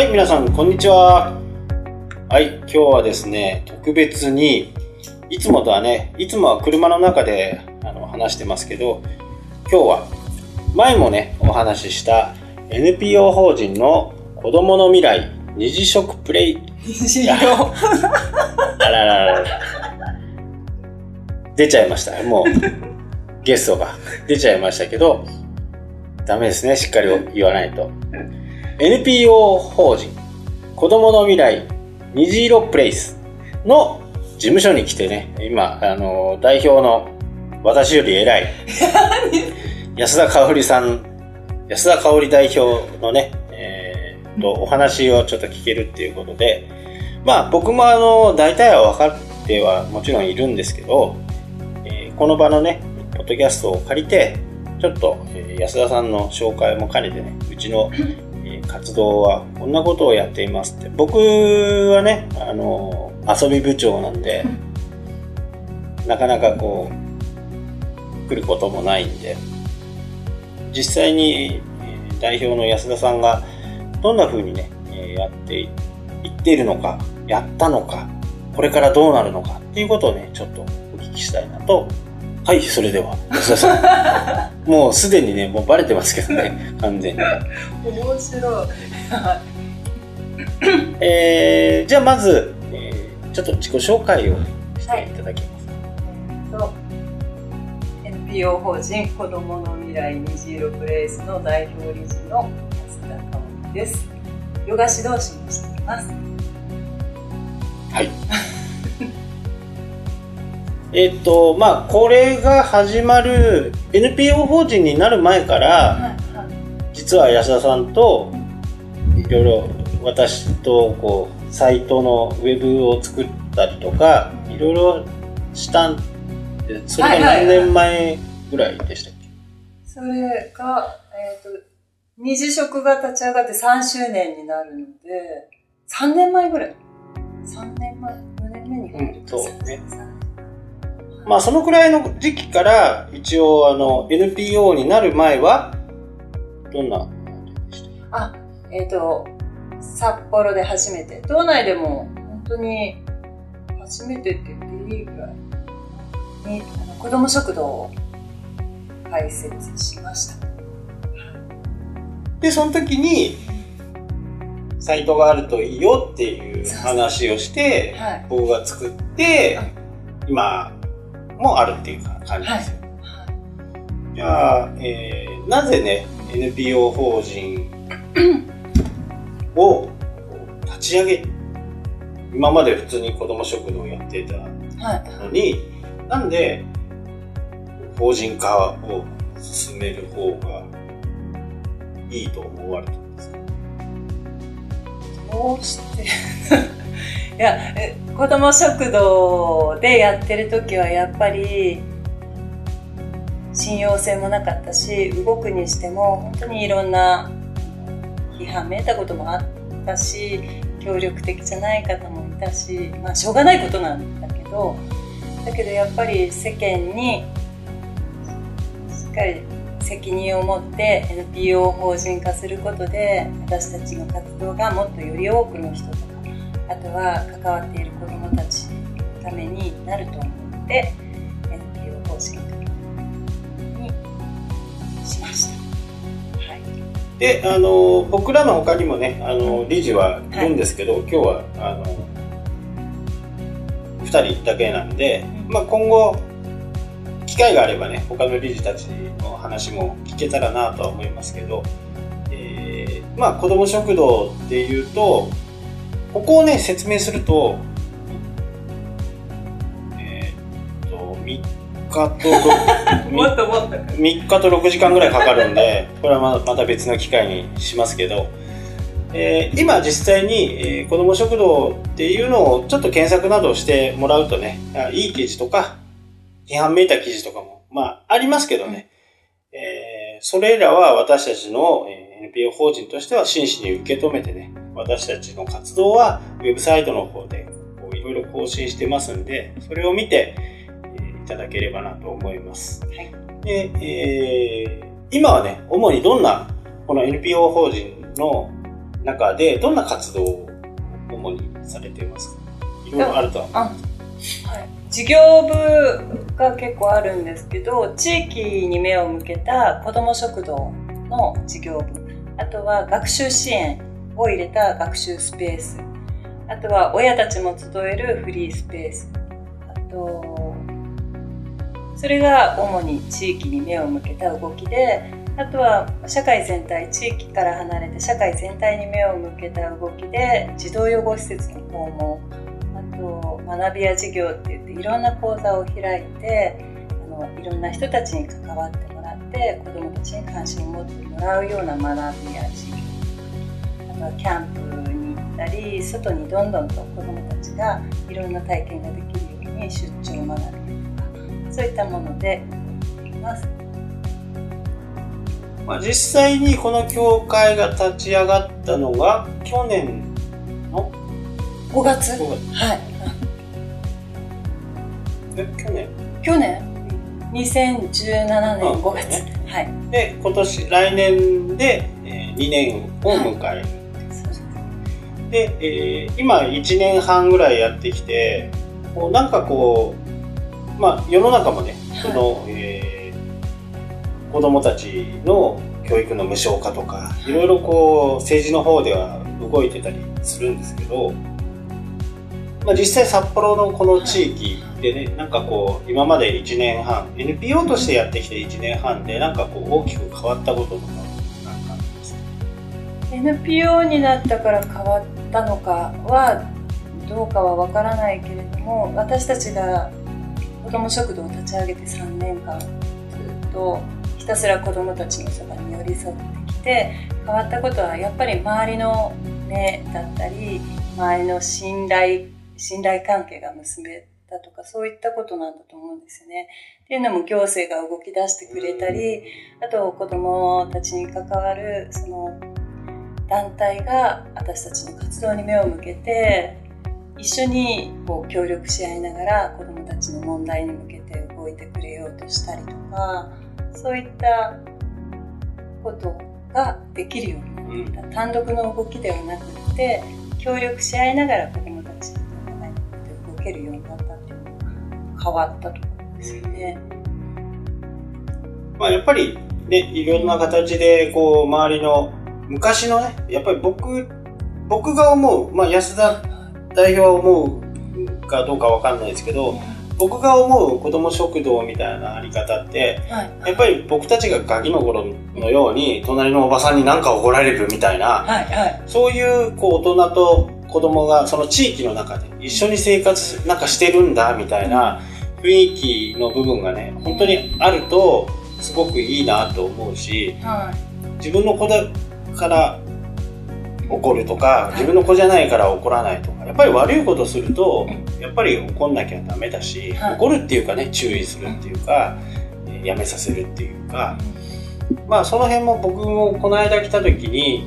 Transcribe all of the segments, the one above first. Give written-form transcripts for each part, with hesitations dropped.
はい、皆さんこんにちは。はい、今日はですね、特別にいつもは車の中で話してますけど、今日は前もねお話しした NPO 法人の子どもの未来二次食プレイあららら出ちゃいました。もうゲストが出ちゃいましたけど、ダメですね、しっかり言わないと。NPO 法人子どもの未来虹色プレイスの事務所に来てね、今代表の私より偉い安田香織代表のね、お話をちょっと聞けるっていうことで、まあ僕も大体は分かってはもちろんいるんですけど、この場のねポッドキャストを借りてちょっと安田さんの紹介も兼ねてね、うちの活動はこんなことをやっていますって。僕はね遊び部長なんでなかなかこう来ることもないんで、実際に代表の安田さんがどんな風にねやっていっているのか、やったのか、これからどうなるのかっていうことをねちょっとお聞きしたいなと。はい、それでは安田さんもうすでにねもうバレてますけどね完全に面白いじゃあまず、ちょっと自己紹介をしていただきます。 NPO 法人子どもの未来虹色プレイスの代表理事の安田香織です。ヨガ指導士もしています。 はいまあこれが始まる NPO 法人になる前から、実は安田さんといろいろ私とこうサイトのウェブを作ったりとかいろいろしたんで、それが何年前ぐらいでしたっけ？ それが、二次食が立ち上がって3周年になるので3年前ぐらい、3年前、4年目に入る、 そうね。まあそのくらいの時期から一応NPO になる前はどんな感じでした？ 札幌で初めて、道内でも本当に初めてって言っていいぐらいに子ども食堂を開設しました。 でその時にサイトがあるといいよっていう話をして、僕が作って今もあるっていう感じですよ。じゃあ、なぜね NPO 法人を立ち上げ、今まで普通に子ども食堂をやってたのに、なんで法人化を進める方がいいと思われたんですか？ どうしていや、子ども食堂でやってる時はやっぱり信用性もなかったし、動くにしても本当にいろんな批判めいたこともあったし、協力的じゃない方もいたし、まあしょうがないことなんだけどやっぱり世間にしっかり責任を持って NPO 法人化することで、私たちの活動がもっとより多くの人とか、あとは関わっている子どもたちのためになると思って NPO 法人化にしました。 で僕らの他にもね理事はいるんですけど、今日は2人だけなんで、まあ、今後機会があればね他の理事たちの話も聞けたらなとは思いますけど、まあ子ども食堂っていうとここをね説明すると3日と6時間ぐらいかかるんで、これはまた別の機会にしますけど、今実際に、子ども食堂っていうのをちょっと検索などしてもらうとね、いい記事とか批判めいた記事とかもまあありますけどね、それらは私たちの NPO 法人としては真摯に受け止めてね、私たちの活動はウェブサイトの方でいろいろ更新してますんで、それを見ていただければなと思います。で、今はね主にどんなこの NPO 法人の中でどんな活動を主にされていますか？いろいろあるとは思うんです。 はい、事業部が結構あるんですけど、地域に目を向けた子ども食堂の事業部、あとは学習支援を入れた学習スペース、あとは親たちも集えるフリースペース、あとそれが主に地域に目を向けた動きで、あとは社会全体、地域から離れて社会全体に目を向けた動きで、児童養護施設の訪問、あと学びや授業って言っていろんな講座を開いて、いろんな人たちに関わってもらって子どもたちに関心を持ってもらうような学びや授業、あとはキャンプに行ったり、外にどんどんと子どもたちがいろんな体験ができるように出張学びとか、そういったもので動いています。 実際にこの協会が立ち上がったのが去年の 5月。 5月。 はい。去年2017年5月。 ね、 はい。 で、来年で2年を迎える。で、今1年半ぐらいやってきて、なんか世の中もね、子どもたちの教育の無償化とか、いろいろ政治の方では動いてたりするんですけど、実際札幌のこの地域でね、なんか今まで1年半 NPO としてやってきて1年半でなんか大きく変わったこととかなんかありますか？ NPO になったから変わったのかはどうかはわからないけれども、私たちが子ども食堂を立ち上げて3年間ずっとひたすら子どもたちのそばに寄り添ってきて、変わったことはやっぱり周りの目だったり、周りの信頼関係が結べたとか、そういったことなんだと思うんですよね。っていうのも行政が動き出してくれたり、あと子どもたちに関わるその団体が私たちの活動に目を向けて、一緒に協力し合いながら子どもたちの問題に向けて動いてくれようとしたりとか、そういったことができるようになった。単独の動きではなくて、協力し合いながら子どもたちの問題に向けて動けるようになったっていうのが変わったところですよね。 やっぱりね、いろんな形で周りの昔のね、やっぱり僕が思う、安田代表は思うかどうかわかんないですけど、僕が思う子ども食堂みたいなあり方って、やっぱり僕たちがガキの頃のように隣のおばさんに何か怒られるみたいな、そういう大人と子供がその地域の中で一緒に生活なんかしてるんだみたいな雰囲気の部分がね、本当にあるとすごくいいなと思うし、自分の子だから怒るとか、自分の子じゃないから怒らないとか、やっぱり悪いことするとやっぱり怒んなきゃダメだし、怒るっていうかね、注意するっていうか、やめさせるっていうか、その辺も僕もこの間来た時に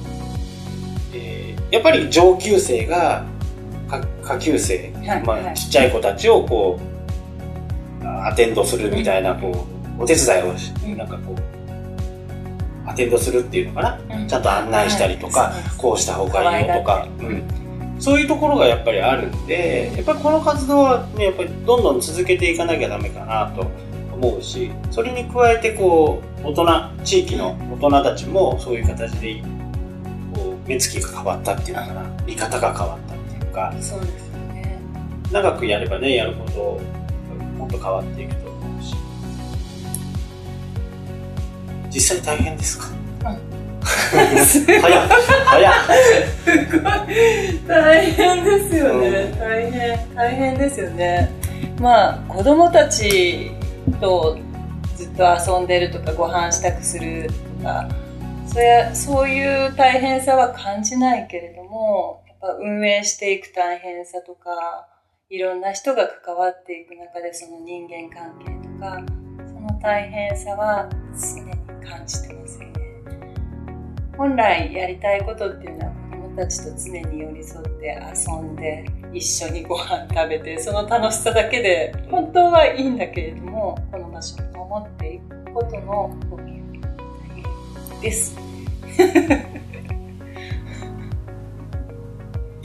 やっぱり上級生が下級生、ちっちゃい子たちをアテンドするみたいなお手伝いをなんかアテンドするっていうのかな、ちゃんと案内したりとか、こうした方がいいよとか、そういうところがやっぱりあるんで、やっぱりこの活動はね、やっぱりどんどん続けていかなきゃダメかなと思うし、それに加えて地域の大人たちもそういう形で目つきが変わったっていうのかな、見方が変わったっていうか、 そうですよね。 長くやればね、やるほどもっと変わっていくと思うし、実際大変ですか？早っすごい大変ですよね。大変ですよね。子供たちとずっと遊んでるとか、ご飯支度するとか、そういう大変さは感じないけれども、やっぱ運営していく大変さとか、いろんな人が関わっていく中でその人間関係とか、その大変さは常に感じてますよね。本来やりたいことっていうのは子供たちと常に寄り添って遊んで、一緒にご飯食べて、その楽しさだけで本当はいいんだけれども、この場所を守っていくことの大変です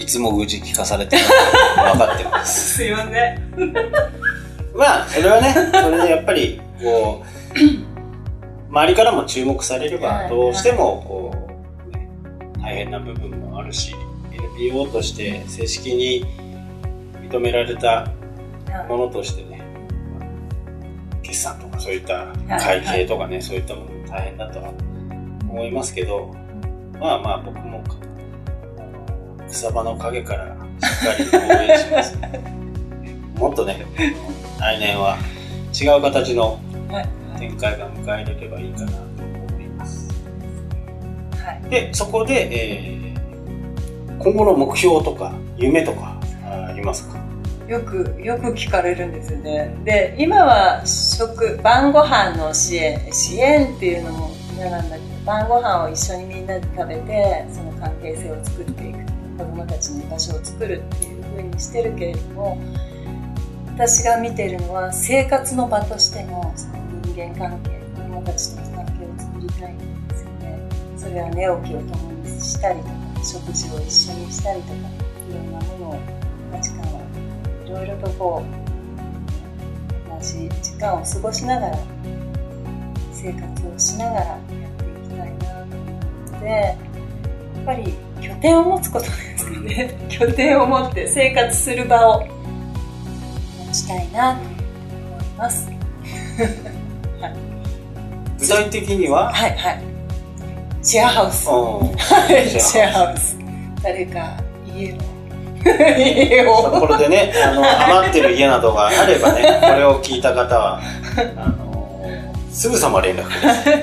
いつも愚痴聞かされてるの分かってます。 すいません。 まあそれはね、それでやっぱりこう周りからも注目されればどうしてもこう、ね、大変な部分もあるし、 NPO として正式に認められたものとしてね、決算とかそういった会計とかね、そういったものも大変だとは思いますけど、まあまあ僕も草場の陰からしっかり応援します。もっとね、来年は違う形の展開が迎えれればいいかなと思います。はい、で、そこで、今後の目標とか夢とかありますか？ よく聞かれるんですよね。で、今は晩ご飯の支援っていうのも嫌なんだけど、晩ご飯を一緒にみんなで食べて、その関係性を作っていく、子どもたちの居場所を作るっていう風にしてるけれども、私が見てるのは生活の場としてのその人間関係、子どもたちとの関係を作りたいんですよね。それは寝起きを共にしたりとか、食事を一緒にしたりとか、いろんなものを、価値観をいろいろとこう同じ時間を過ごしながら、生活をしながらやっていきたいなと思うので、やっぱり拠点を持つことですかね。拠点を持って生活する場を持ちたいなと思います。はい、 具体的には？ はいはい。シェアハウス。シェアハウス。誰か家を札幌でね、余ってる家などがあればね、これを聞いた方はすぐさま連絡ください。はい、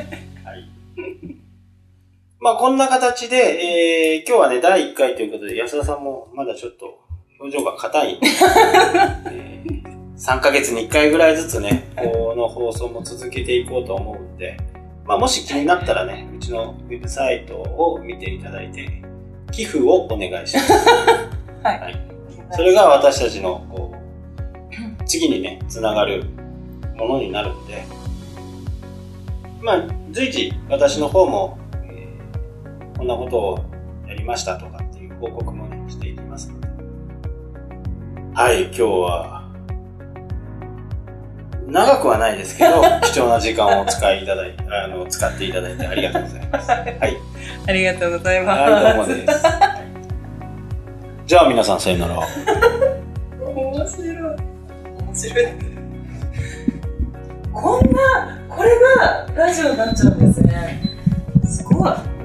まあこんな形で、今日はね第1回ということで、安田さんもまだちょっと表情が硬いんで、3ヶ月に1回ぐらいずつね、この放送も続けていこうと思うんで、まあ、もし気になったらね、うちのウェブサイトを見ていただいて、寄付をお願いします。はい。はい、それが私たちのこう次にね、つながるものになるんで、まあ、随時私の方も、こんなことをやりましたとかっていう報告もね、していきますので。はい、今日は、長くはないですけど、貴重な時間を使っていただいてありがとうございます。はい。 ありがとうございます。 はい、どうもです。じゃあ皆さんさよなら。 面白い。これがラジオになっちゃうんですね。すごい。